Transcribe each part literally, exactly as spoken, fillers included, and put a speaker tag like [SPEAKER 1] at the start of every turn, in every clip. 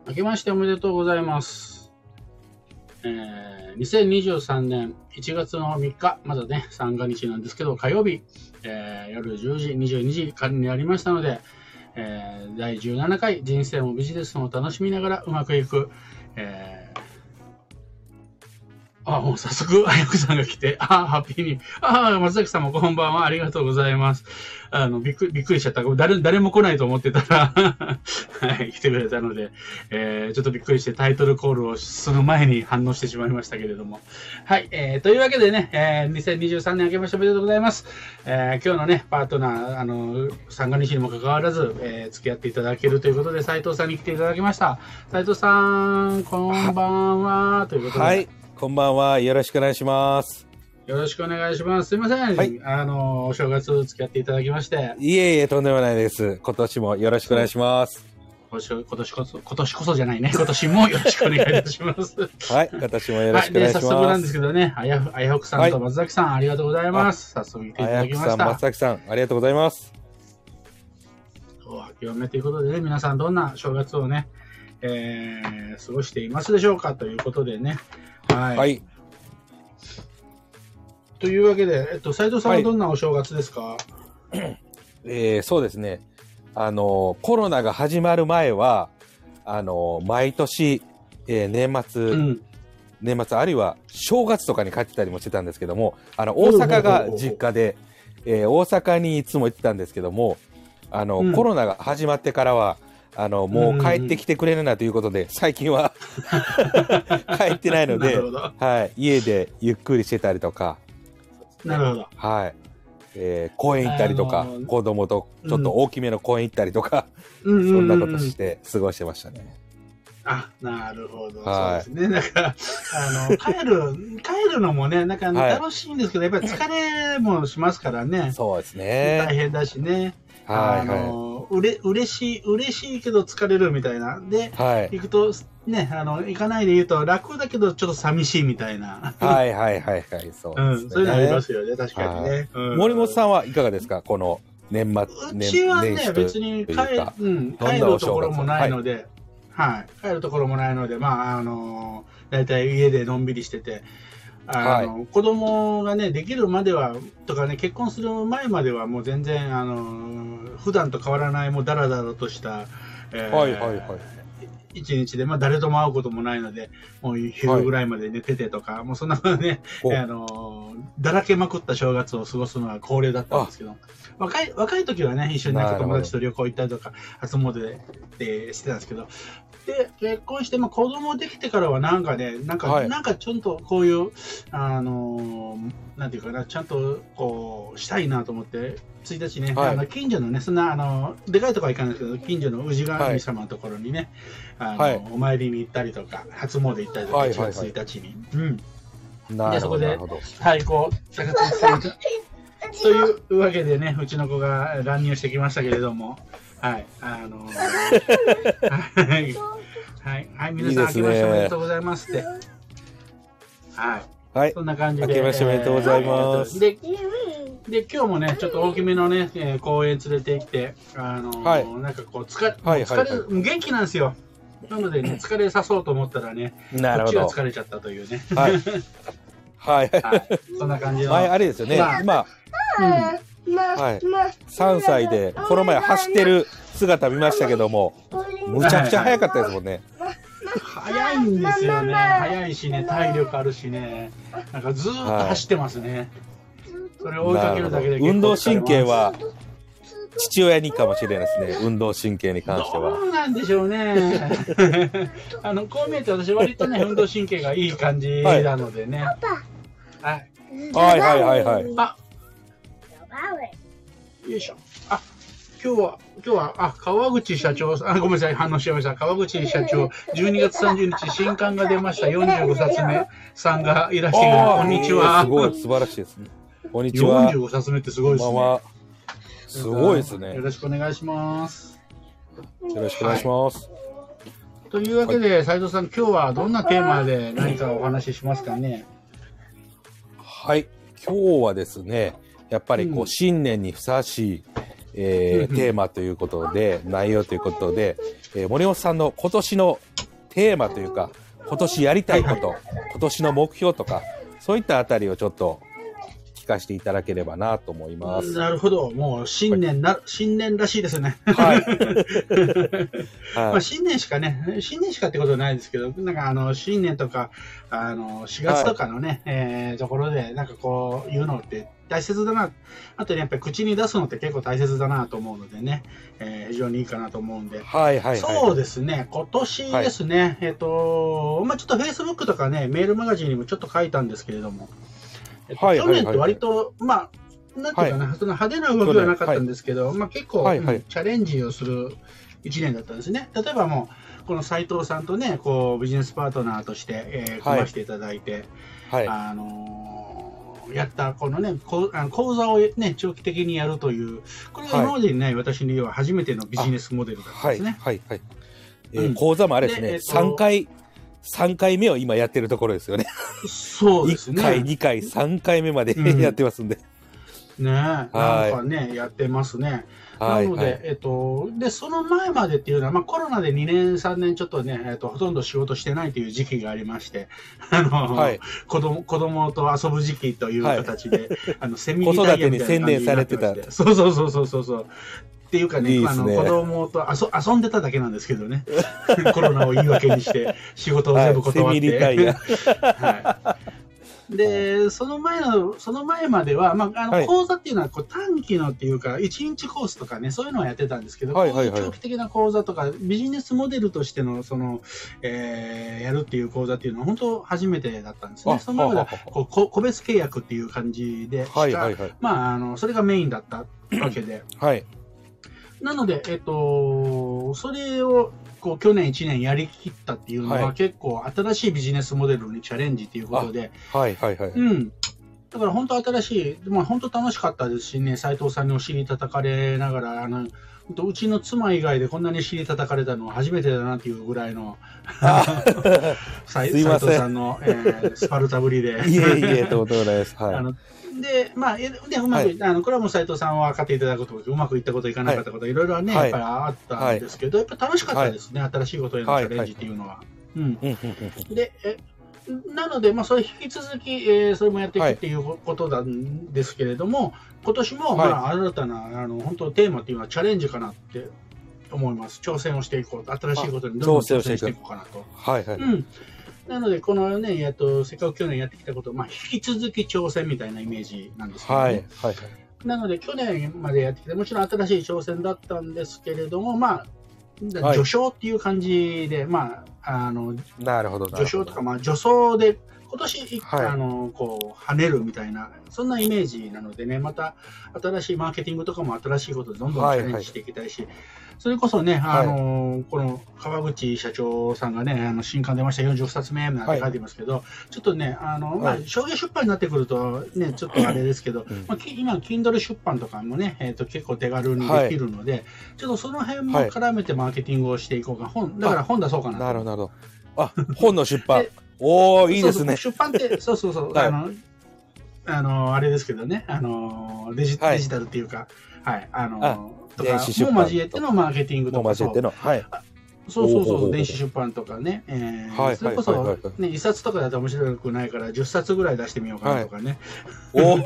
[SPEAKER 1] 明けましておめでとうございます。えー、にせんにじゅうさんねんいちがつのみっか、まだね、三が日なんですけど、火曜日、えー、夜じゅうじ、にじゅうにじになりましたので、えー、だいじゅうななかい人生もビジネスも楽しみながらうまくいく、えーあ、もう早速、あやくさんが来て、あ、ハッピーに、あ、松崎さんもこんばんは、ありがとうございます。あの、びっくり、びっくりしちゃった。誰、誰も来ないと思ってたら、はい、来てくれたので、えー、ちょっとびっくりしてタイトルコールをする前に反応してしまいましたけれども。はい、えー、というわけでね、えー、にせんにじゅうさんねん明けましておめでとうございます。えー、今日のね、パートナー、あの、三が日にもかかわらず、えー、付き合っていただけるということで、斉藤さんに来ていただきました。斉藤さん、こんばんは、ということで。
[SPEAKER 2] はい。こんばんは。よろしくお願いします。
[SPEAKER 1] よろしくお願いします。すいません。はい、あの、お正月付き合っていただきまして。
[SPEAKER 2] いえいえ、とんでもないです。今年もよろしくお願いします。
[SPEAKER 1] 今年、今年こそ、今年こそじゃないね。今年もよろしくお願いいたします。
[SPEAKER 2] はい。今年もよろしくお願いします。はい、で、
[SPEAKER 1] 早速なんですけどね、あや、あやふくさんと松崎さん、はい、ありがとうございます。早速来ていただきました。あやふくさん、
[SPEAKER 2] 松崎さん、ありがとうございます。
[SPEAKER 1] お明けおめということでね、皆さんどんな正月をね、えー、過ごしていますでしょうかということでね。はい。はいというわけで、えっと、斉藤さんはどんなお正月ですか？はい、
[SPEAKER 2] えー、そうですね。あの、コロナが始まる前は、あの、毎年、えー、年末、うん、年末、あるいは正月とかに帰ってたりもしてたんですけども、あの、大阪が実家で、えー、大阪にいつも行ってたんですけども、あの、うん、コロナが始まってからは、あの、もう帰ってきてくれるなということで、最近は帰ってないので、はい、家でゆっくりしてたりとか、
[SPEAKER 1] なるほど。
[SPEAKER 2] はい。えー、公園行ったりとか、あのー、子供とちょっと大きめの公園行ったりとか、うん、そんなことして過ごしてましたね。
[SPEAKER 1] あ、なるほど。はい、そうですね。だから、あの、帰る、帰るのもね、なんか楽しいんですけど、はい、やっぱり疲れもしますからね。
[SPEAKER 2] そうですね。
[SPEAKER 1] 大変だしね。
[SPEAKER 2] はい、
[SPEAKER 1] あの、うれ、嬉しい、嬉しいけど疲れるみたいな。で、
[SPEAKER 2] はい、
[SPEAKER 1] 行くと、ね、あの、行かないで言うと楽だけどちょっと寂しいみたいな。
[SPEAKER 2] はいはいはいはい、そうですね。
[SPEAKER 1] うん、そういうのありますよね、確かにね。
[SPEAKER 2] うん、森本さんはいかがですか、この年末、
[SPEAKER 1] うちはね、別に帰、うん、帰るところもないので、はい、はい、帰るところもないので、まあ、あの、だいたい家でのんびりしてて、あの、はい、子供がね、できるまでは、とかね、結婚する前まではもう全然、あの、普段と変わらない、もうダラダラとした、えー、はいはいはい。一日で、まあ誰とも会うこともないので、もう昼ぐらいまで寝ててとか、はい、もうそんなね、あの、だらけまくった正月を過ごすのは恒例だったんですけど、若い、若い時はね、一緒になんか友達と旅行行ったりとか、初詣で、でしてたんですけど、で、結婚して、まあ子供できてからはなんかね、なんか、はい、なんかちょっとこういう、あの、なんていうかな、ちゃんとこう、したいなと思って、ついたちね、はい、あの近所のね、そんな、あの、でかいとこは行かないですけど、近所の氏神様のところにね、はい、あの、はい、お参りに行ったりとか、初詣行ったりとか、はいはいはい、いちがつついたちに。うん。で、そこで、太鼓を叩くというわけでね、うちの子が乱入してきましたけれども、はい、あの、はい、はい、はい、皆さん、明けましておめでとうございますって。はい。
[SPEAKER 2] はい。
[SPEAKER 1] そんな感じで。
[SPEAKER 2] 明けましておめでとうございます。
[SPEAKER 1] で、で、今日もね、ちょっと大きめのね、えー、公園連れて行って、あのーはい、なんかこう、疲れ、はいはいはい、疲れ、元気なんですよ。なのでね、疲れさそうと思ったらね、
[SPEAKER 2] なるほど、
[SPEAKER 1] こっちが疲れちゃったというね。
[SPEAKER 2] はい。はい。
[SPEAKER 1] はい、そんな感じの。
[SPEAKER 2] 前、あれですよね、まあ、今、うんはい、さんさいで、この前走ってる姿見ましたけども、むちゃくちゃ速かったですもんね。
[SPEAKER 1] 速いんですよね。速いしね、体力あるしね、なんかずーっと走ってますね。はい、それを追いかけるだけで
[SPEAKER 2] 運動神経は父親にかもしれないですね。運動神経に関しては。
[SPEAKER 1] どうなんでしょうね。あのこう見えて私割とね運動神経がいい感じなのでね。
[SPEAKER 2] はい。はいはいはいはい。
[SPEAKER 1] あ、よいしょ。あ、今日は今日はあ川口社長あごめんなさい反応しちゃいました。川口社長じゅうにがつさんじゅうにち新刊が出ました。よんじゅうごさつめさんがいらしてくれる。こんにちは。
[SPEAKER 2] すごい素晴らしいですね。こんにちは。
[SPEAKER 1] よんじゅうごさつめってすごいですね。
[SPEAKER 2] すごいですね。
[SPEAKER 1] よろしくお願いします。
[SPEAKER 2] よろしくお願いします。は
[SPEAKER 1] い、というわけで、斉藤さん、今日はどんなテーマで何かお話ししますかね。
[SPEAKER 2] はい、今日はですね、やっぱりこう、うん、新年にふさわしい、えー、テーマということで、内容ということで、えー、森本さんの今年のテーマというか、今年やりたいこと、はいはい、今年の目標とか、そういったあたりをちょっと聞かせていただければなと思います。
[SPEAKER 1] なるほど。もう新年な、はい、新年らしいですね。はい。まあ新年しかね、新年しかってことはないですけど、なんかあの、新年とか、あの、しがつとかのね、はい、えー、ところで、なんかこう、言うのって大切だな。あとね、やっぱり口に出すのって結構大切だなと思うのでね、えー、非常にいいかなと思うんで。
[SPEAKER 2] はいはいはい。
[SPEAKER 1] そうですね、今年ですね、はい、えっと、まあちょっと Facebook とかね、メールマガジンにもちょっと書いたんですけれども、えっと、去年って割と、まあ、なんていうかな、はい、その派手な動きはなかったんですけど、はい、まあ結構、はいはい、チャレンジをする一年だったんですね。例えばもう、この斉藤さんとね、こう、ビジネスパートナーとして、えー、組ませていただいて、はい、あのー、やった、このね、こあの講座をね、長期的にやるという、これが今までにない、はい、私には初めてのビジネスモデルだったんですね。
[SPEAKER 2] はい、はい、はい。えーうん、講座もあれですね、えー、さんかい、さんかいめを今やってるところですよね。
[SPEAKER 1] そうですね。
[SPEAKER 2] いっかい、にかい、さんかいめまで、うん、やってますんで。
[SPEAKER 1] ねえ、なんかね、やってますね。なので、はいはい、えっと、で、その前までっていうのは、まあコロナでにねん、さんねんちょっとね、えっと、ほとんど仕事してないという時期がありまして、あの、はい、子供、子供と遊ぶ時期という形で、はい、あの、セミリタイアみたいな感じになってまして。そうそうそうそうそうそう。っていうかね、いいね、あの子供と遊遊んでただけなんですけどね、コロナを言い訳にして、仕事を全部断って。はい、はい、で、その前の、その前までは、まあ、あの講座っていうのはこう短期のっていうか、いちにちコースとかね、そういうのはやってたんですけど、はいはいはい、長期的な講座とか、ビジネスモデルとしての、その、えー、やるっていう講座っていうのは、本当初めてだったんですね。その前まではこう個別契約っていう感じでしか、はいはいはい、まあ、あの、それがメインだったわけで。はいなので、えっと、それをこう去年いちねんやりきったっていうのは、はい、結構新しいビジネスモデルにチャレンジということで、はいはいはい。うん。だから本当新しい、まあ本当楽しかったですしね、斉藤さんにお尻叩かれながら、あの、うちの妻以外でこんなに尻叩かれたのは初めてだなっていうぐらいの、斉藤さんの、えー、スパルタぶりで。
[SPEAKER 2] いえいえ、とうとうです。はい。あの
[SPEAKER 1] で、まあ、で、うまく、はい、あの、これはもう斉藤さんは分かっていただくこと、うまくいったこと、いかなかったこと、はい、いろいろね、はい、やっぱりあったんですけど、はい、やっぱ楽しかったですね、はい、新しいことへのチャレンジっていうのは。うん。で、え、なので、まあ、それ引き続き、えー、それもやっていくっていうことなんですけれども、はい、今年も、まあ、新たな、あの、本当テーマっていうのはチャレンジかなって思います。挑戦をしていこうと、新しいことにどんどん挑戦していこうかなと。はいはい。うん。なので、このね、えっと、せっかく去年やってきたことを、まあ、引き続き挑戦みたいなイメージなんですけどね。はい。はいはい。なので、去年までやってきて、もちろん新しい挑戦だったんですけれども、まあ、序章っていう感じで、はい、まあ、あの、
[SPEAKER 2] なるほど。
[SPEAKER 1] 序章とか、まあ、助走で、今年、はい、あの、こう、跳ねるみたいな、そんなイメージなのでね、また、新しいマーケティングとかも新しいことでどんどんチャレンジしていきたいし、はいはい、それこそね、あの、はい、この川口社長さんがね、あの新刊出ましたよんじゅっさつめなんて書いてますけど、はい、ちょっとね、あの、まあ、商業出版になってくるとね、ちょっとあれですけど、うん、まあ、今、Kindle 出版とかもね、えっと、結構手軽にできるので、はい、ちょっとその辺も絡めてマーケティングをしていこうか。本、だから本出そうかな。
[SPEAKER 2] なるほど、なるほど。あ、本の出版。おー、いいですね。
[SPEAKER 1] そうそう出版って、そうそうそう、はい、あの、あの、あれですけどね、あの、デジ、はい、デジタルっていうか、はい、あの、あとかも交えてのマーケティングとか。
[SPEAKER 2] 交えての、はい。
[SPEAKER 1] そうそうそう、電子出版とかね、えー、はい、それこそ、ね、一冊とかだと面白くないから、十冊ぐらい出してみようかなとかね。
[SPEAKER 2] はい、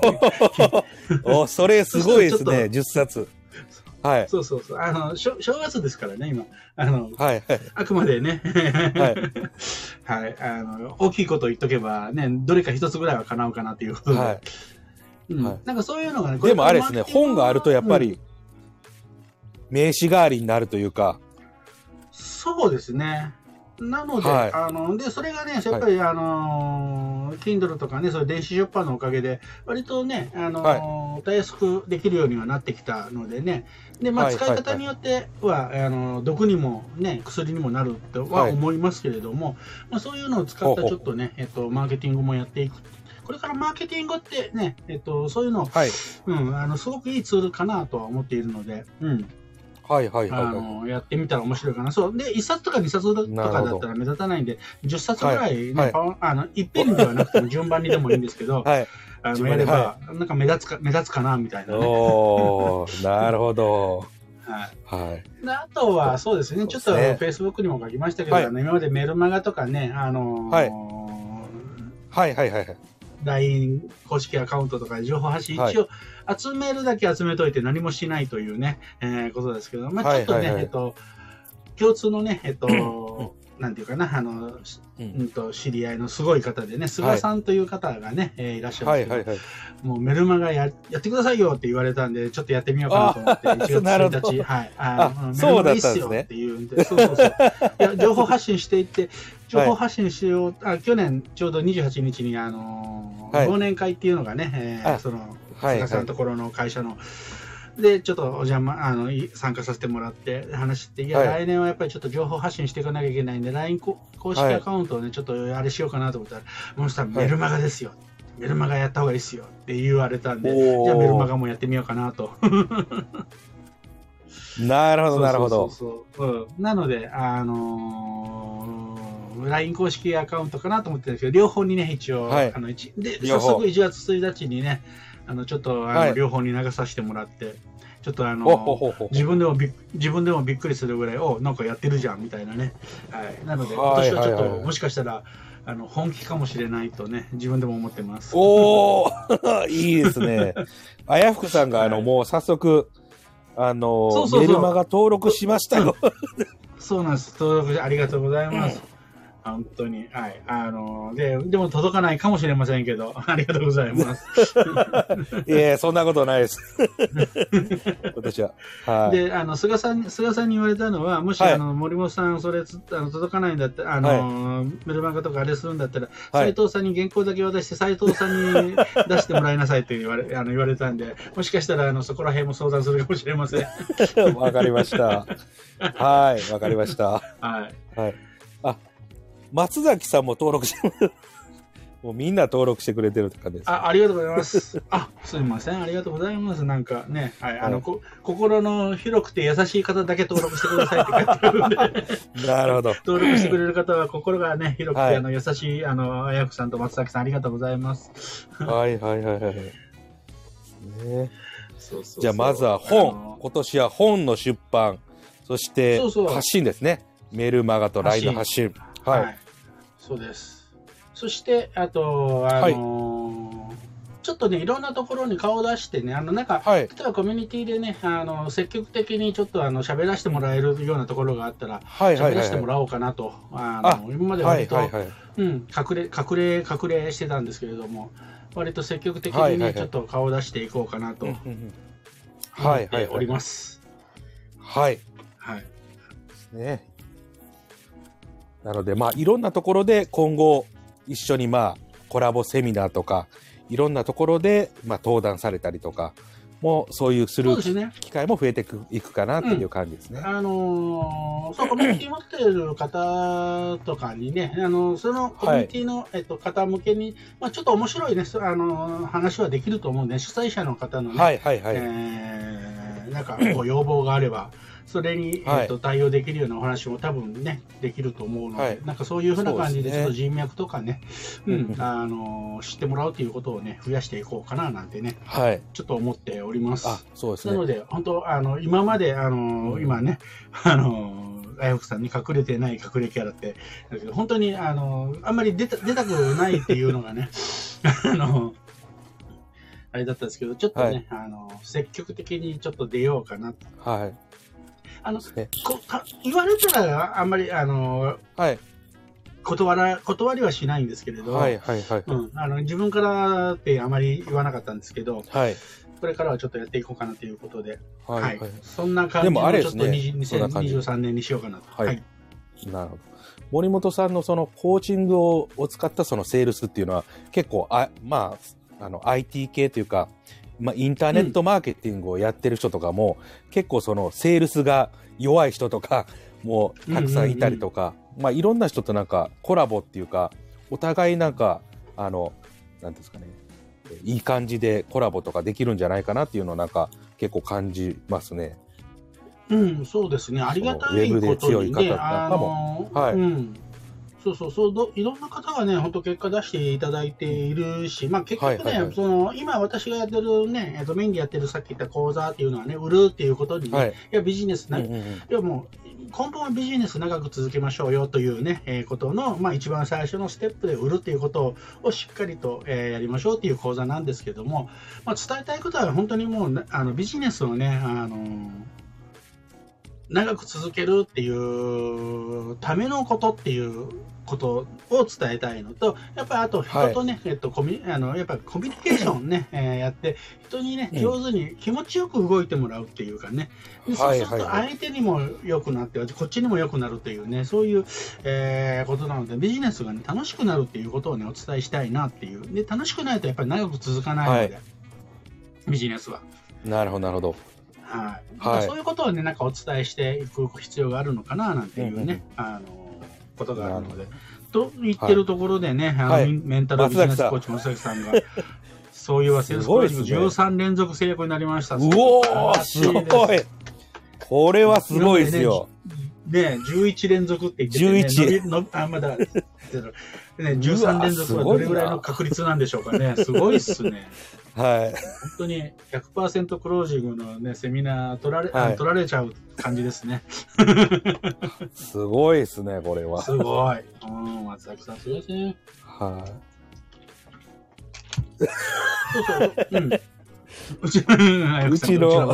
[SPEAKER 2] おお、それすごいですね、十冊。はい。
[SPEAKER 1] そうそうそう。あの、正月ですからね、今。あの、はい、はい。あくまでね、はい。はい。あの、大きいこと言っとけば、ね、どれか一つぐらいは叶うかなということで。はい。うん。はい、なんかそういうのがね、
[SPEAKER 2] でもあれですね、本があるとやっぱり、うん、名刺代わりになるというか。
[SPEAKER 1] そうですね。なので、はい、あの、で、それがね、やっぱり、はい、あの、Kindle とかね、そういう電子出版のおかげで、割とね、あの、はい、たやすくできるようにはなってきたのでね、で、まあ、使い方によっては、はいはいはい、あの、毒にもね、薬にもなるとは思いますけれども、はい、まあ、そういうのを使ったちょっとね、えっと、マーケティングもやっていく。これからマーケティングってね、えっと、そういうの、はい、うん、あの、すごくいいツールかなとは思っているので、うん。はいはいはい、はい、あのやってみたら面白いかな。そうでいっさつとかにさつとかだったら目立たないんでじゅっさつぐらい、ね、はいはい、あのいっぺんではなくても順番にでもいいんですけど、はい、あのやれば、はい、なんか目立つか目立つかなみたいな、ね。
[SPEAKER 2] おーなるほど。
[SPEAKER 1] ははい。はい、であとは、そうですね、ちょっと、フェイスブックにも書きましたけど、はい、あの今までメルマガとかね、あのー、はい、
[SPEAKER 2] はいはいはいはい。
[SPEAKER 1] ライン 公式アカウントとか情報発信、一応集めるだけ集めといて何もしないというね、えー、ことですけど、まあちょっとね、はいはいはい、えっと、共通のね、えっと、なんていうかな、あの、うん、と知り合いのすごい方でね、菅さんという方がね、はい、えー、いらっしゃるんですけど、はいはいはい、もうメルマガ や, やってくださいよって言われたんで、ちょっとやってみようかなと思って、いちがつついたち、はい、ああ
[SPEAKER 2] そうだったんですね。
[SPEAKER 1] っていうんで、そうそうそう。いや情報発信していって、情報発信しよう、はい、あ去年ちょうどにじゅうはちにちに、あのーはい、忘年会っていうのがね、えー、その、菅さんのところの会社の、で、ちょっとお邪魔、あの、参加させてもらって話して、いや、はい、来年はやっぱりちょっと情報発信していかなきゃいけないんで、ライン 公式アカウントをね、はい、ちょっとあれしようかなと思ったら、もうしたらメルマガですよ。はい、メルマガやった方がいいですよって言われたんで、じゃあメルマガもやってみようかなと。
[SPEAKER 2] なるほど、なるほど。
[SPEAKER 1] そうそうそう、うん。なので、あのー、ライン 公式アカウントかなと思ってるんですけど、両方にね、一応、はい、あの一で早速いちがつついたちにね、あのちょっとあの、はい、両方に流させてもらって、ちょっとあの自分でもび自分でもびっくりするぐらい、おなんかやってるじゃんみたいなね。はい。なので今年はちょっと、はいはいはい、もしかしたらあの本気かもしれないとね、自分でも思ってます。
[SPEAKER 2] おおいいですね。あやふくさんがあの、はい、もう早速あのそうそうそうメルマガ登録しましたよ。
[SPEAKER 1] そうなんです。登録ありがとうございます。本当に。はい。あの、で、でも届かないかもしれませんけど、ありがとうございます。
[SPEAKER 2] いやそんなことないです。私は。はい。
[SPEAKER 1] で、あの、菅さん、菅さんに言われたのは、もし、はい、あの、森本さん、それ、あの、届かないんだったら、あの、はい、メルマガとかあれするんだったら、斎、はい、藤さんに原稿だけ渡して、斎藤さんに出してもらいなさいって言われ、あの、言われたんで、もしかしたら、あの、そこら辺も相談するかもしれません。
[SPEAKER 2] わかりました。はい、わかりました。
[SPEAKER 1] はい。
[SPEAKER 2] はい。あ、松崎さんも登録して、もうみんな登録してくれてるって感じです、ね。
[SPEAKER 1] あ、ありがとうございます。あ、すみません。ありがとうございます。なんかね、はい、はい、あの、こ、心の広くて優しい方だけ登録してくださいって書いてあるんで。
[SPEAKER 2] なるほど。
[SPEAKER 1] 登録してくれる方は心がね、広くて、はい、あの、優しい、あの、あやふさんと松崎さんありがとうございます。
[SPEAKER 2] はいはいはいはい。ね、そうそうそう、じゃあまずは本、今年は本の出版、そして発信ですね。メールマガと ライン の発信。はい、はい。
[SPEAKER 1] そうです。そして、あと、あのーはい、ちょっとね、いろんなところに顔を出してね、あの、なんか、はい、例えばコミュニティでね、あの、積極的にちょっと、あの、喋らせてもらえるようなところがあったら、はいはいはいはい、喋らせてもらおうかなと。あの、今まで割と、はいはいはい、うん、隠れ、隠れ、隠れしてたんですけれども、割と積極的にね、はいはいはい、ちょっと顔を出していこうかなと、思っております。
[SPEAKER 2] はい。
[SPEAKER 1] はい。
[SPEAKER 2] ね。なので、まあ、いろんなところで今後、一緒にまあ、コラボセミナーとか、いろんなところで、まあ、登壇されたりとか、もう、そういうする機会も増えていく、いくかなっていう感じですね。
[SPEAKER 1] うん、あのー、そう、コミュニティ持っている方とかにね、あのー、そのコミュニティの、はい、えっと、方向けに、まあ、ちょっと面白いね、あのー、話はできると思うんで、主催者の方のね、
[SPEAKER 2] はいはいはい。
[SPEAKER 1] えー、なんか、こう、要望があれば、それに、はい、えー、と対応できるようなお話も多分ねできると思うので、はい、なんかそういうふうな感じでちょっと人脈とかね、ううん、あの知ってもらうということをね増やしていこうかななんてね、はい、ちょっと思っております。
[SPEAKER 2] あ、そうですね。
[SPEAKER 1] なので本当あの今まであの、うん、今ねあのあやふくさんに隠れてない隠れキャラってだけど本当にあのあんまり出た出たくないっていうのがねあのあれだったんですけどちょっとね、はい、あの積極的にちょっと出ようかなと。
[SPEAKER 2] はい。
[SPEAKER 1] あのこた言われたらあんまりあの、はい、断ら断りはしないんですけれど、はいはいはい、うん、あの自分からってあまり言わなかったんですけど、はい、これからはちょっとやっていこうかなということで、はいはいはい、そんな感じでちょっとにせんにじゅうさんねんにしようかなと。はいはい、
[SPEAKER 2] なるほど。森本さんのそのコーチングを使ったそのセールスっていうのは結構あまああの アイティー 系というか。まあ、インターネットマーケティングをやってる人とかも、うん、結構そのセールスが弱い人とかもうたくさんいたりとか、うんうんうん、まあいろんな人となんかコラボっていうかお互いなんかあのなんですかねいい感じでコラボとかできるんじゃないかなっていうのをなんか結構感じますね。
[SPEAKER 1] うん、そうですね。ありがたいことにね、ウェブで強い方なんかも、はい、うん、 そうそうそうど、いろんな方がね、本当結果出していただいているし、まあ結局ね、はいはいはい、その今私がやってるね、えっとメインでやってるさっき言った講座っていうのはね、売るっていうことにね、はい、いやビジネスな、うんうんうん、いやもう根本はビジネス長く続けましょうよというね、えー、ことの、まあ一番最初のステップで売るっていうことをしっかりと、えー、やりましょうっていう講座なんですけども、まあ伝えたいことは本当にもう、あのビジネスをね、あのー長く続けるっていうためのことっていうことを伝えたいのと、やっぱりあと人とね、はい、えっとコミあのやっぱりコミュニケーションね、えー、やって人にね上手に気持ちよく動いてもらうっていうかね、うん、そうすると相手にも良くなってこっちにも良くなるっていうね、そういう、えー、ことなのでビジネスがね楽しくなるっていうことをねお伝えしたいなっていうで、楽しくないとやっぱり長く続かないので、はい、ビジネスは。
[SPEAKER 2] なるほどなるほど。
[SPEAKER 1] はい、はい、そういうことをね、なんかお伝えしていく必要があるのかななんていうね、うんうん、あのことがあるので。と言ってるところでね、はい、あのメンタルビジネスコーチ、松崎さんが、そういえばセールスコーチングじゅうさん連続成功になりました。
[SPEAKER 2] うおー、すごい。これはすごいですよ。
[SPEAKER 1] ね、じゅういち連続って言ってて、ね、じゅういちのあまだ、ね、じゅうさん連続はどれぐらいの確率なんでしょうかね。すごいっすね。
[SPEAKER 2] はい。
[SPEAKER 1] 本当に ひゃくパーセント クロージングのね、セミナー取られ、はい、取られちゃう感じですね。
[SPEAKER 2] すごいですね、これは。
[SPEAKER 1] すごい。うん、松崎さん、すごいですね。
[SPEAKER 2] はい。
[SPEAKER 1] そうそう、うん。うちの、
[SPEAKER 2] うちの、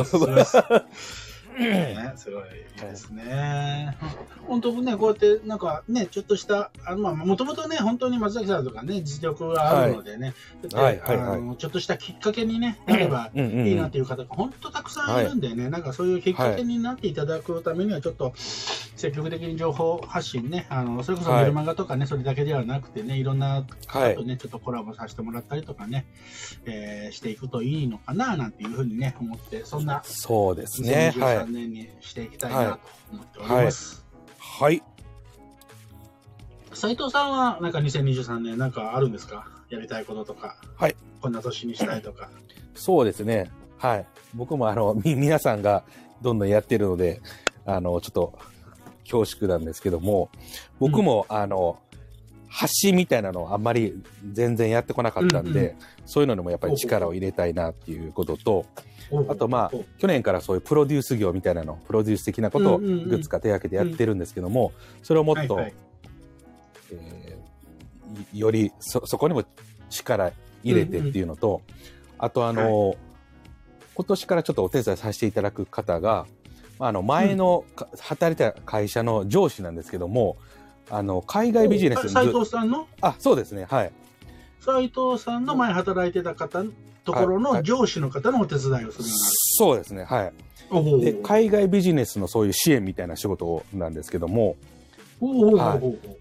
[SPEAKER 1] ね、すごいですね。本当ね、こうやってなんかね、ちょっとしたあのまあもともとね、本当に松崎さんとかね実力があるのでね、はいはいはいはい、ちょっとしたきっかけにねなればいいなっていう方が本当たくさんいるんでね、はい、なんかそういうきっかけになっていただくためにはちょっと積極的に情報発信ね、あのそれこそメルマガとかね、はい、それだけではなくてね、いろんな方とね、はい、ちょっとコラボさせてもらったりとかね、えー、していくといいのかななんていうふうにね思って、そんな
[SPEAKER 2] そうですね。
[SPEAKER 1] にせんにじゅうさんねんにしていきたいなと思っております。
[SPEAKER 2] はい。はい、
[SPEAKER 1] 斉藤さんはなんかにせんにじゅうさんねんなんかあるんですか？やりたいこととか。
[SPEAKER 2] はい。
[SPEAKER 1] こんな年にしたいとか。
[SPEAKER 2] そうですね。はい。僕もあのみ皆さんがどんどんやってるので、あのちょっと恐縮なんですけども、僕も、うん、あの発信みたいなのをあんまり全然やってこなかったんで、うんうん、そういうのにもやっぱり力を入れたいなっていうことと、あとまあ去年からそういうプロデュース業みたいなのプロデュース的なことをいくつか手掛けてやってるんですけども、それをもっと、はいはい、えー、より そ, そこにも力入れてっていうのと、うんうん、あとあの、はい、今年からちょっとお手伝いさせていただく方が、あの前の、うん、働いた会社の上司なんですけども、あの海外ビジネスに
[SPEAKER 1] 斉藤さんの
[SPEAKER 2] あそうですね、はい、
[SPEAKER 1] 斉藤さんの前働いてた方ところの上司の方のお手伝いをするようになる、はいはい、
[SPEAKER 2] そうですね、はい。で海外ビジネスのそういう支援みたいな仕事なんですけども、はい、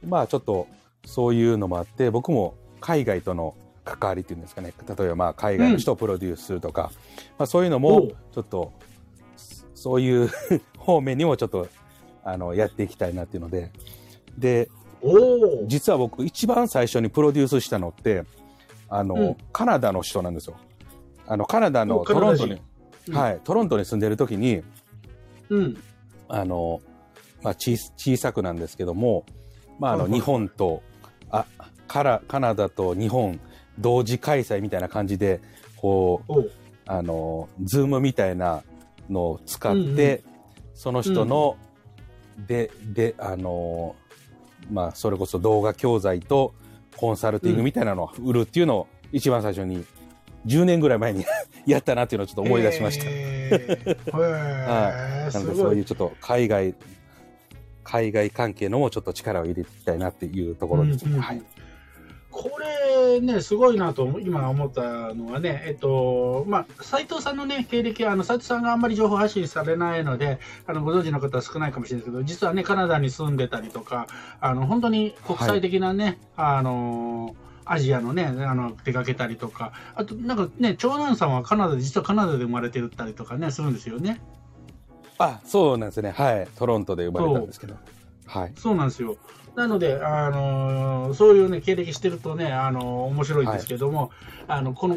[SPEAKER 2] まあちょっとそういうのもあって、僕も海外との関わりっていうんですかね、例えばまあ海外の人をプロデュースするとか、うん、まあ、そういうのもちょっとそういう方面にもちょっとあのやっていきたいなっていうので、で実は僕一番最初にプロデュースしたのってあの、うん、カナダの人なんですよ。あのカナダのトロントに、うん、はい、トロントに住んでる時に、うん、あの、まあ、小, 小さくなんですけども、まあ、あの日本とあカラカナダと日本同時開催みたいな感じでこうあのズームみたいなのを使って、うんうん、その人の、うん、でであのまあそれこそ動画教材とコンサルティングみたいなのを売るっていうのを一番最初にじゅうねんぐらい前にやったなっていうのをちょっと思い出しました。えー、はい。なのでそういうちょっと海外海外関係のもちょっと力を入れていきたいなっていうところですね。うんうん、はい。
[SPEAKER 1] これね、すごいなと今思ったのはね、えっと、まあ、斉藤さんのね、経歴は、あの、斉藤さんがあんまり情報発信されないので、あの、ご存知の方は少ないかもしれないですけど、実はね、カナダに住んでたりとか、あの、本当に国際的なね、はい、あの、アジアのね、あの、手掛けたりとか、あと、なんかね、長男さんはカナダで、実はカナダで生まれてたりとかね、するんですよね。
[SPEAKER 2] あ、そうなんですね。はい。トロントで生まれたんですけど。はい。
[SPEAKER 1] そうなんですよ。なので、あのー、そういうね、経歴してるとね、あのー、面白いんですけども、はい、あの、この、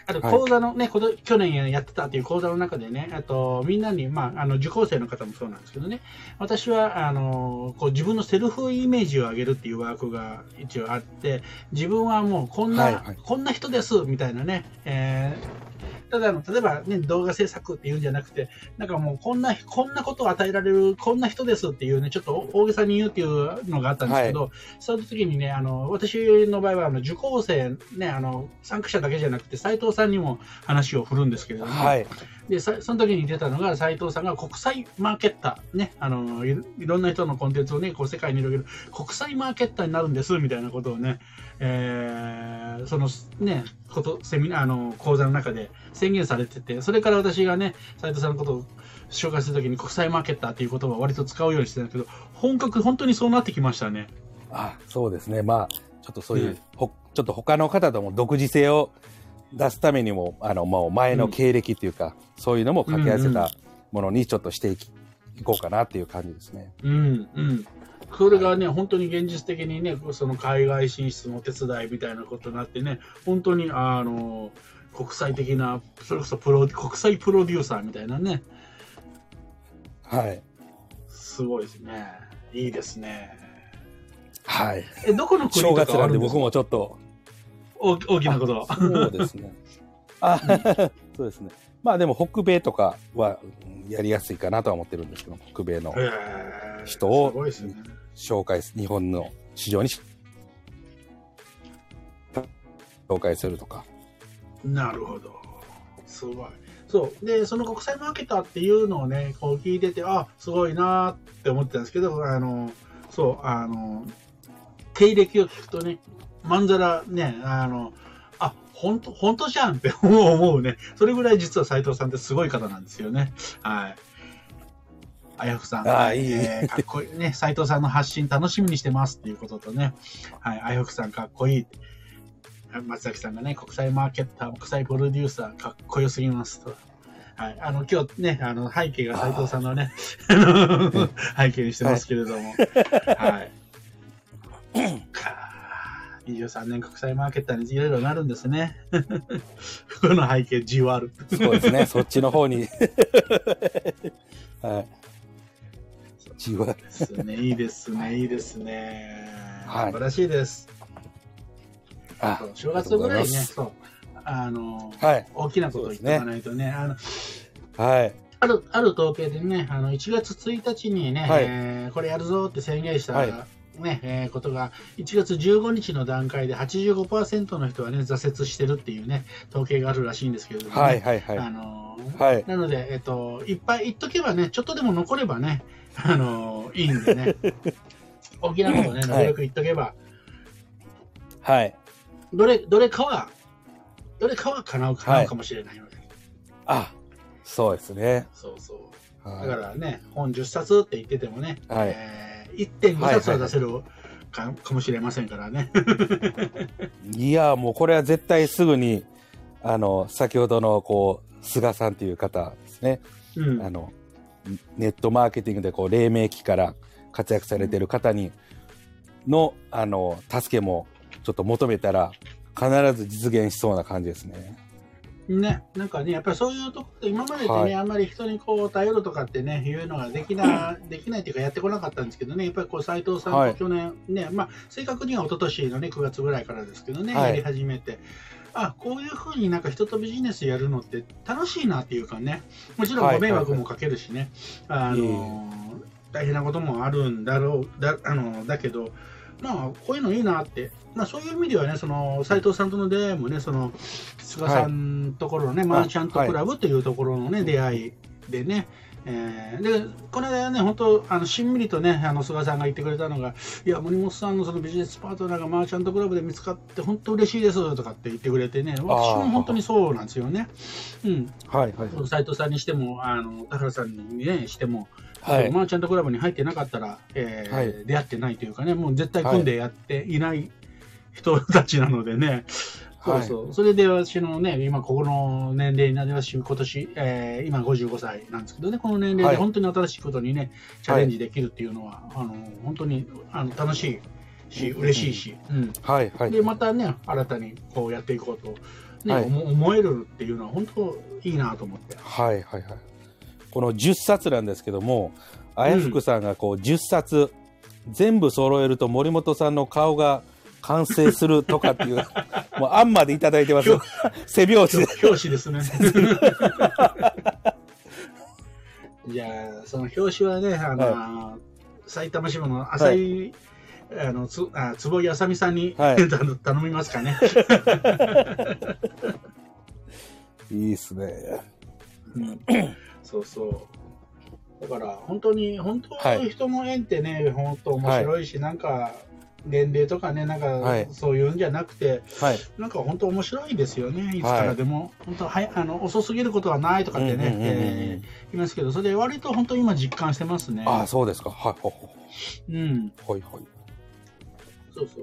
[SPEAKER 1] あと講座のね、はい、去年やってたっていう講座の中でね、あとみんなに、まあ、あの受講生の方もそうなんですけどね、私はあのこう自分のセルフイメージを上げるっていうワークが一応あって、自分はもうこんな、はいはい、こんな人ですみたいなね、えーただの例えば、ね、動画制作っていうんじゃなくて、なんかもうこんなこんなことを与えられるこんな人ですっていうね、ちょっと大げさに言うっていうのがあったんですけど、はい、その時にね、あの私の場合はあの受講生ね、あの参加者だけじゃなくて斉藤さんにも話を振るんですけれども、はい、でその時に出たのが斉藤さんが国際マーケッターね、あの い, いろんな人のコンテンツをねこう世界に広げる国際マーケッターになるんですみたいなことをね、えー、そのねことセミナーあの講座の中で宣言されてて、それから私がね斉藤さんのことを紹介するときに国際マーケッターっていう言葉を割と使うようにしてたんだけど、本格本当にそうなってきましたね。
[SPEAKER 2] あ、そうですね。まあちょっとそういう、うん、ほちょっと他の方とも独自性を出すためにもあのもう前の経歴っていうか、うん、そういうのも掛け合わせたものにちょっとしていき、いこうかなっていう感じですね。
[SPEAKER 1] うんうん。それがね、はい、本当に現実的にね、その海外進出のお手伝いみたいなことになってね、本当にあの国際的な、それこそプロ国際プロデューサーみたいなね。
[SPEAKER 2] はい。
[SPEAKER 1] すごいですね。いいですね。
[SPEAKER 2] はい。
[SPEAKER 1] え、どこの国とかあるんですか？正月なんで
[SPEAKER 2] 僕もちょっと
[SPEAKER 1] 大, 大きなこと。
[SPEAKER 2] そうですね。あ、そうですね。まあでも北米とかはやりやすいかなとは思ってるんですけど、北米の人を紹介す、日本の市場に紹介するとか。
[SPEAKER 1] なるほど。すごい。そうで、その国際マーケターっていうのをね、こう聞いてて、あ、すごいなって思ってたんですけど、あの、そう、あの、経歴を聞くとね、まんざらね、あの、あ、本当本当じゃんって思うね。それぐらい実は斉藤さんってすごい方なんですよね。はい。あやふさん、
[SPEAKER 2] あ、いい、
[SPEAKER 1] えー、かっこいいね。斉藤さんの発信楽しみにしてますっていうこととね、はい、あやふさんかっこいい。松崎さんがね、国際マーケッター、国際プロデューサー、かっこよすぎますと。はい。あの、今日ね、あの、背景が斉藤さんのね、背景にしてますけれども。はい。にじゅうさんねん国際マーケッターにいろいろなるんですね。この背景、じわる。
[SPEAKER 2] そうですね、そっちの方に。はい。じわる。
[SPEAKER 1] ですね、いいですね、いいですね。はい、素晴らしいです。あ、正月ぐらいね、そう、あの、はい、大きなことを言っておかないとね、あの、
[SPEAKER 2] はい。
[SPEAKER 1] ある、ある統計でね、あの、いちがつついたちにね、はい、えー、これやるぞって宣言した、はい、ね、えー、ことが、いちがつじゅうごにちの段階で はちじゅうごパーセント の人はね、挫折してるっていうね、統計があるらしいんですけれどもね。
[SPEAKER 2] はいはいはい。
[SPEAKER 1] あの、はい、なので、えっと、いっぱい言っとけばね、ちょっとでも残ればね、あの、いいんでね、大きなことね、なるべく言っとけば、
[SPEAKER 2] はい。
[SPEAKER 1] どれ、どれかは、どれかは叶う、叶うかもしれないので。はい、
[SPEAKER 2] あ、そうですね。
[SPEAKER 1] そうそう。はい、だからね、本じゅっさつって言っててもね、
[SPEAKER 2] はい、
[SPEAKER 1] えー、いってんごさつは出せるか、はいはい、かもしれませんからね。
[SPEAKER 2] いや、もうこれは絶対すぐに、あの、先ほどの、こう、菅さんという方ですね。うん、あの、ネットマーケティングで、こう、黎明期から活躍されている方に、の、あの、助けも、ちょっと求めたら必ず実現しそうな感じですね。
[SPEAKER 1] ね、なんかね、やっぱりそういうところで今までってね、はい、あんまり人にこう頼るとかってね、いうのができな、できないというかやってこなかったんですけどね、やっぱりこう斉藤さんと去年ね、はい、まあ正確には一昨年のねくがつぐらいからですけどね、はい、やり始めて、あ、こういうふうになんか人とビジネスやるのって楽しいなっていうかね、もちろんご迷惑もかけるしね、あの大変なこともあるんだろうだあのだけど。まあ、こういうのいいなって、まあ、そういう意味ではね、その斉藤さんとの出会いもね、その菅さんのところのね、はい、マーチャントクラブというところのね、はい、出会いでね、えー、でこの間ね、本当、あのしんみりとね、あの菅さんが言ってくれたのが、いや、森本さんのそのビジネスパートナーがマーチャントクラブで見つかって、本当嬉しいですとかって言ってくれてね、私も本当にそうなんですよね。うん、はいはい、斉藤さんにしても、あの田原さんに、ね、しても。はい、マーチャントクラブに入ってなかったら、えーはい、出会ってないというかね、もう絶対組んでやっていない人たちなのでね、はい、そうそう、それで私のね、今ここの年齢になりますし、今年、えー、今ごじゅうごさいなんですけどね、この年齢で本当に新しいことにね、チャレンジできるっていうのは、あの本当にあの楽しいし、嬉しいし、うん、はいはい、でまたね、新たにこうやっていこうと。 ね、はい、思えるっていうのは本当いいなと思って。
[SPEAKER 2] はいはいはい。このじゅっさつなんですけども、あやふくさんがこうじゅっさつ全部揃えると森本さんの顔が完成するとかっていう、もう案までいただいてます。背表紙で。
[SPEAKER 1] 表紙ですね。じゃあ、その表紙はね、あの、はい、埼玉支部の浅井、はい、あのつあ坪井あさみさんに、はい、頼みますかね。
[SPEAKER 2] いいっすね、
[SPEAKER 1] うん。そうそう。だから本当に本当に人の縁ってね、はい、本当面白いし、はい、なんか年齢とかね、なんかそういうんじゃなくて、はい、なんか本当面白いですよね。いつからでも、はい、本当はい、あの遅すぎることはないとかってね、言いますけど、それ割と本当今実感してますね。
[SPEAKER 2] ああ、そうですか。はい。
[SPEAKER 1] うん。
[SPEAKER 2] はいはい。
[SPEAKER 1] そうそう。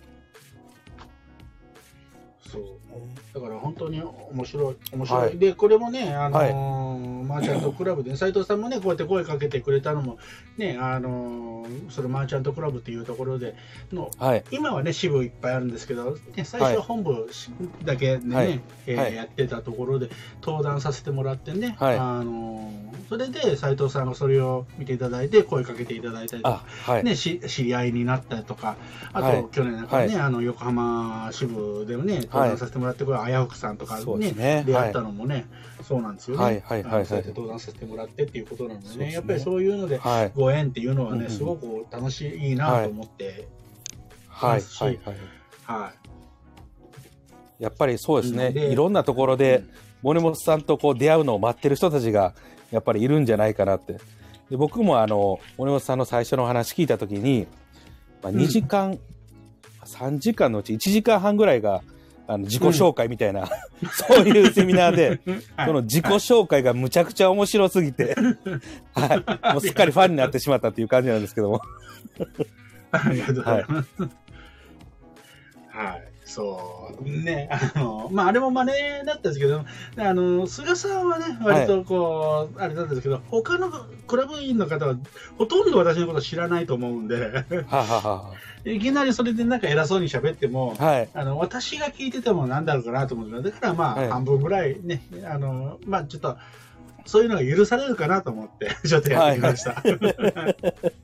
[SPEAKER 1] そう。だから本当に面白い、面白い。はい、で、これもね、あのーはい、マーチャントクラブで、斉藤さんもね、こうやって声かけてくれたのも、ね、あのー、そのマーチャントクラブっていうところでの、はい、今はね、支部いっぱいあるんですけど、ね、最初は本部だけでね、はいえーはい、やってたところで、登壇させてもらってね、はい、あのー、それで斉藤さんがそれを見ていただいて、声かけていただいたりとか、はい、ね、し知り合いになったりとか、あと、はい、去年なんかね、はい、あの横浜支部でもね、登壇させてもらって、これ、あやふくさんとかね、ね出会ったのもね、はい、そうなんですよね。はいはいはい、はい。そうやって登壇させてもらってっていうことなのでね、ねやっぱりそういうので、はい、ご縁っていうのはね、すごく楽しい、いいなと思ってますし、はいはいはいはい。
[SPEAKER 2] やっぱりそうですね、いろんなところで、うん、森本さんとこう出会うのを待ってる人たちがやっぱりいるんじゃないかなって。で僕もあの森本さんの最初の話聞いたときに、まあ、にじかん、うん、さんじかんのうちいちじかんはんぐらいがあの自己紹介みたいな、うん、そういうセミナーで、はい、その自己紹介がむちゃくちゃ面白すぎて、はい、もうすっかりファンになってしまったっていう感じなんですけども。
[SPEAKER 1] ありがとうございます。はい、はい、そうね、あのまああれも真似だったんですけど、あの菅さんはね割とこう、はい、あれなんですけど、他のクラブ員の方はほとんど私のこと知らないと思うんで、はははいきなりそれでなんか偉そうに喋っても、はい、あの私が聞いててもなんだろうかなと思うので、だからまあ、はい、半分ぐらいね、あのまあちょっとそういうのが許されるかなと思ってちょっとやってみました。はいはい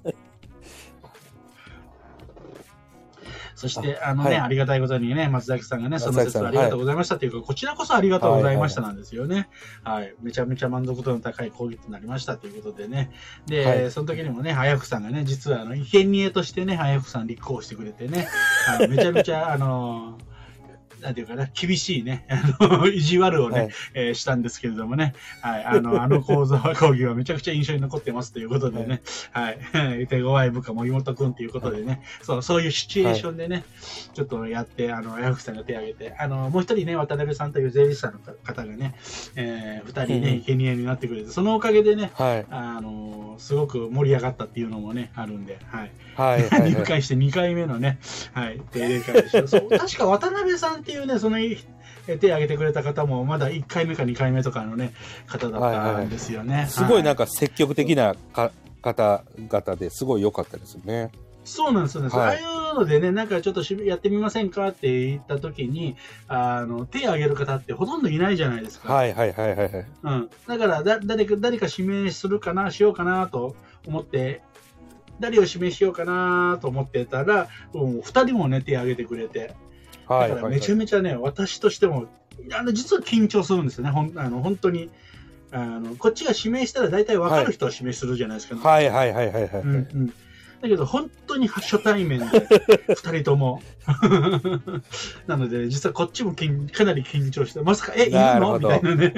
[SPEAKER 1] そして、あのね、はい、ありがたいことにね、松崎さんがね、その説ありがとうございましたというか、はい、こちらこそありがとうございましたなんですよね。はい、はいはい。めちゃめちゃ満足度の高い講義となりましたということでね。で、はい、その時にもね、あやふくさんがね、実は、あの、生贄としてね、あやふくさん立候補してくれてね、あのめちゃめちゃ、あのー、なんていうかな、厳しいね、あの、意地悪をね、はい、えー、したんですけれどもね、はい、あの、あの講座、講義はめちゃくちゃ印象に残ってますということでね、はい、はい、手強い部下森本くんということでね、はい、そう、そういうシチュエーションでね、はい、ちょっとやって、あの、あやふくさんが手を挙げて、あの、もう一人ね、渡辺さんという税理士さんの方がね、えー、二人ね、生贄になってくれて、そのおかげでね、はい、あの、すごく盛り上がったっていうのもね、あるんで、はい。はい。はい、入会してにかいめのね、はい、定例会でした。そう、確か渡辺さんっていうね、その、手を挙げてくれた方もまだいっかいめかにかいめとかのね方だったんですよね。はいはい、
[SPEAKER 2] すごいなんか積極的なか方々ですごい良かったですよね。
[SPEAKER 1] そうなんですよね。はい、ああいうのでね、なんかちょっとやってみませんかって言った時に、あの手を挙げる方ってほとんどいないじゃないですか。
[SPEAKER 2] はいはいはいはい。
[SPEAKER 1] うん。だからだ誰か誰か指名するかなしようかなと思って。誰を指名しようかなと思ってたら、ふたりもね手を挙げてくれて。だからめちゃめちゃね、はいはいはい、私としてもあの実は緊張するんですよね。ほんあの本当にあのこっちが指名したら大体分かる人を指名するじゃないですか、ね。
[SPEAKER 2] はいはいはいはいはい、はいうんうん。
[SPEAKER 1] だけど本当に初対面でふたりともなので実はこっちもかなり緊張してまさかえいるのみたいなね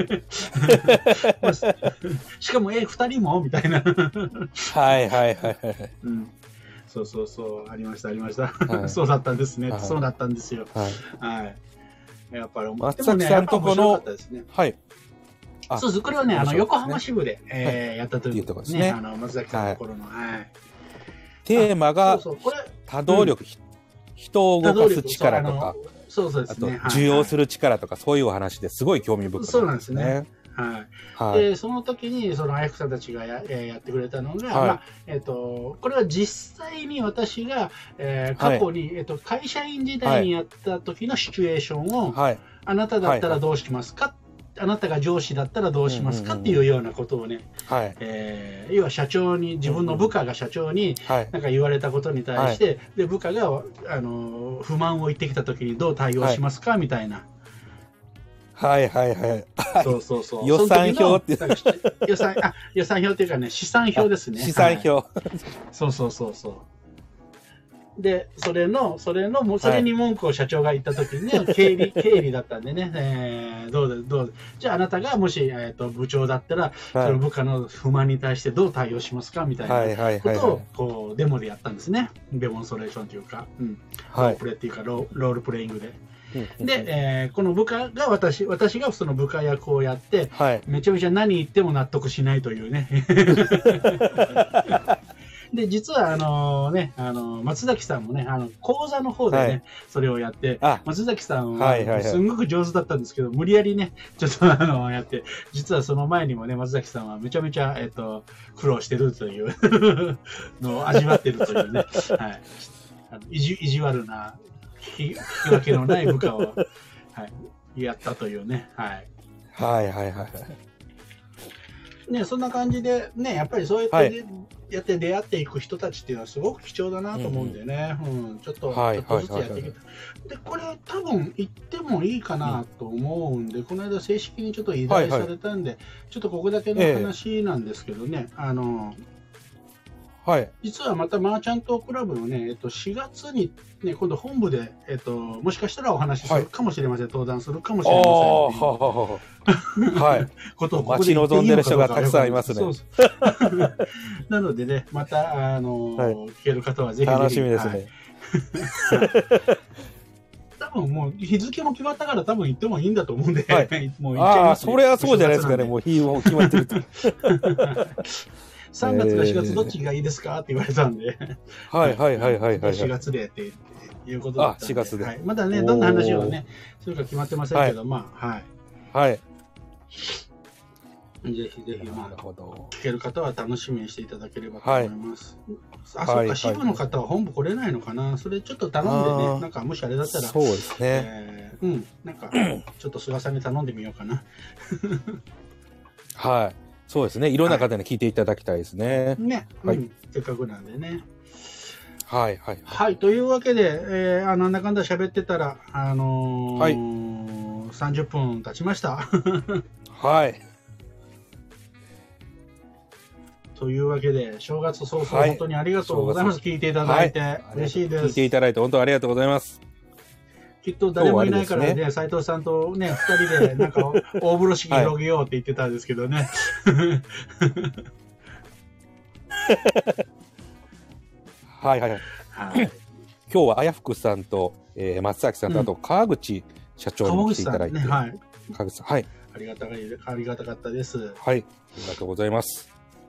[SPEAKER 1] しかもえふたりもみたいな
[SPEAKER 2] はいはいはいはい、
[SPEAKER 1] うんそうそうそうありましたありました、はい、そうだったんですね、はい、そうだったんですよはい、はい、やっぱり
[SPEAKER 2] 松崎さんとこの、
[SPEAKER 1] ね、
[SPEAKER 2] はい
[SPEAKER 1] あそうですこれはねあの横浜支部で、えーはい、やったというところですねあの松崎さんの頃の、はいはい、
[SPEAKER 2] テーマが多動力、うん、人を動かす力とか
[SPEAKER 1] そうそうですね
[SPEAKER 2] あと受容する力とか、はい、そういうお話ですごい興味深い、ね、
[SPEAKER 1] そうなんですねはいはい、でその時にそのあやふくさんたちが や,、えー、やってくれたのが、はいまあえー、とこれは実際に私が、えー、過去に、はいえー、と会社員時代にやった時のシチュエーションを、はいあなただったらどうしますか、はいはい、あなたが上司だったらどうしますかっていうようなことをね、はい、えー、要は社長に、自分の部下が社長になんか言われたことに対して、はい、で部下があの不満を言ってきたときにどう対応しますか、はい、みたいな。
[SPEAKER 2] はいはいはい。
[SPEAKER 1] そうそうそう。
[SPEAKER 2] 予算表って
[SPEAKER 1] 予算、あ、予算表っていうかね、試算表ですね。
[SPEAKER 2] 試算表、はい。
[SPEAKER 1] そうそうそうそう。で、それの、それの、それに文句を社長が言ったときにね、はい、経理、経理だったんでね、えー、どうで、どうで。じゃああなたがもし、えっと、部長だったら、はい、その部下の不満に対してどう対応しますかみたいなことを、こう、デモでやったんですね。デモンストレーションというか、うん。はい、ロープレっていうかロ、ロールプレイングで。で、えー、この部下が私、私がその部下役をやって、はい、めちゃめちゃ何言っても納得しないというね。で、実は、あのね、あの、松崎さんもね、あの、講座の方でね、はい、それをやって、松崎さんは、すんごく上手だったんですけど、無理やりね、ちょっとあの、やって、実はその前にもね、松崎さんはめちゃめちゃ、えっと、苦労してるというのを味わってるというね、はい。あの意地、意地悪な、聞き分けのない部下を、はい、やったというね、はい。
[SPEAKER 2] はいはいはいはい。
[SPEAKER 1] ね、そんな感じで、ね、やっぱりそうやって、はい、やって出会っていく人たちっていうのはすごく貴重だなと思うんでね、うん、うん、ちょっと、はい、ちょっとずつやっていけた。で、これ多分行ってもいいかなと思うんで、うん、この間正式にちょっと依頼されたんで、はいはい、ちょっとここだけの話なんですけどね、えー、あの、はい、実はまたマーチャントクラブのね、えっと、しがつに、ね、今度本部で、えっと、もしかしたらお話しするかもしれません、はい、登壇するかもしれません。
[SPEAKER 2] はい。ことをここで待ち望んでる人がたくさんいますね。そうそう
[SPEAKER 1] なのでね、また、あの、はい、聞ける方はぜひぜひ。
[SPEAKER 2] 楽しみですね。
[SPEAKER 1] はい多分もう日付も決まったから多分行ってもいいんだと思うんで、はい、
[SPEAKER 2] もう行っちゃいます、ね。ああ、それはそうじゃないですかね、もう日も決まってると。
[SPEAKER 1] さんがつかしがつどっちがいいですかって言われたんで、
[SPEAKER 2] はいはいはいはいはい。
[SPEAKER 1] しがつでっていうことだったんで、
[SPEAKER 2] あ、しがつで。
[SPEAKER 1] はい、まだね、どんな話をね、それか決まってませんけど、はい、まあ、はい。
[SPEAKER 2] はい。
[SPEAKER 1] ぜひぜひ、まあ、聞ける方は楽しみにしていただければと思います。はい、あ、そうか、支部の方は本部来れないのかな、それちょっと頼んでね、なんかもしあれだったら、
[SPEAKER 2] そうですね。
[SPEAKER 1] えー、うん、なんか、ちょっと菅さんに頼んでみようかな。
[SPEAKER 2] はい。そうですね。いろんな方に聞いていただきたいですね。はい、
[SPEAKER 1] ね、はい、うん。せっかくなんでね。
[SPEAKER 2] はい、はい。
[SPEAKER 1] はい。というわけで、えー、あなんだかんだ喋ってたら、あのー、はい。さんじゅっぷん経ちました。
[SPEAKER 2] はい。
[SPEAKER 1] というわけで、正月早々、はい、本当にありがとうございます。聞いていただいて、はい、嬉しいです。
[SPEAKER 2] 聞いていただいて、本当にありがとうございます。
[SPEAKER 1] きっと誰もいないからね、斉藤さんとね、二人でなんか大風呂敷広げようって言ってたんですけどね。
[SPEAKER 2] はいはいはい。はい、今日はあやふくさんと、えー、松崎さんと、あと川口社長に来ていただいて、うん、
[SPEAKER 1] はい、
[SPEAKER 2] 川口さん、はい。
[SPEAKER 1] ありがたかありがたかったです。
[SPEAKER 2] はい、ありがとうございます。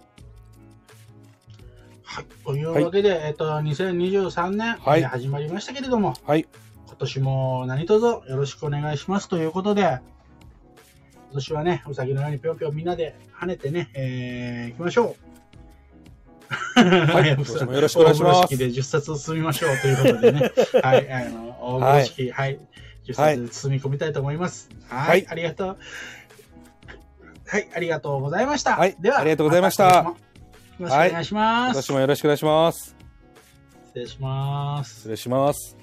[SPEAKER 1] はい、というわけで、はい、えっと、にせんにじゅうさんねん、はい、始まりましたけれども、はい。今年も何卒よろしくお願いしますということで、今年はね、うさぎのようにぴょんぴょんみんなで跳ねてね、えー、行きましょう。
[SPEAKER 2] はい、今年もよろしくお願いします。
[SPEAKER 1] 大風呂敷でじゅっさつ進みましょうということでね、はい、あの、大風呂敷、はい、はい、じゅっさつで包み込みたいと思います。はい、はい、ありがとう。はい、ありがとうございました。
[SPEAKER 2] はい、
[SPEAKER 1] では、
[SPEAKER 2] ありがとうございました。
[SPEAKER 1] よろしくお願いします。
[SPEAKER 2] 今年もよろしくお願いします。
[SPEAKER 1] 失礼します。
[SPEAKER 2] 失礼します。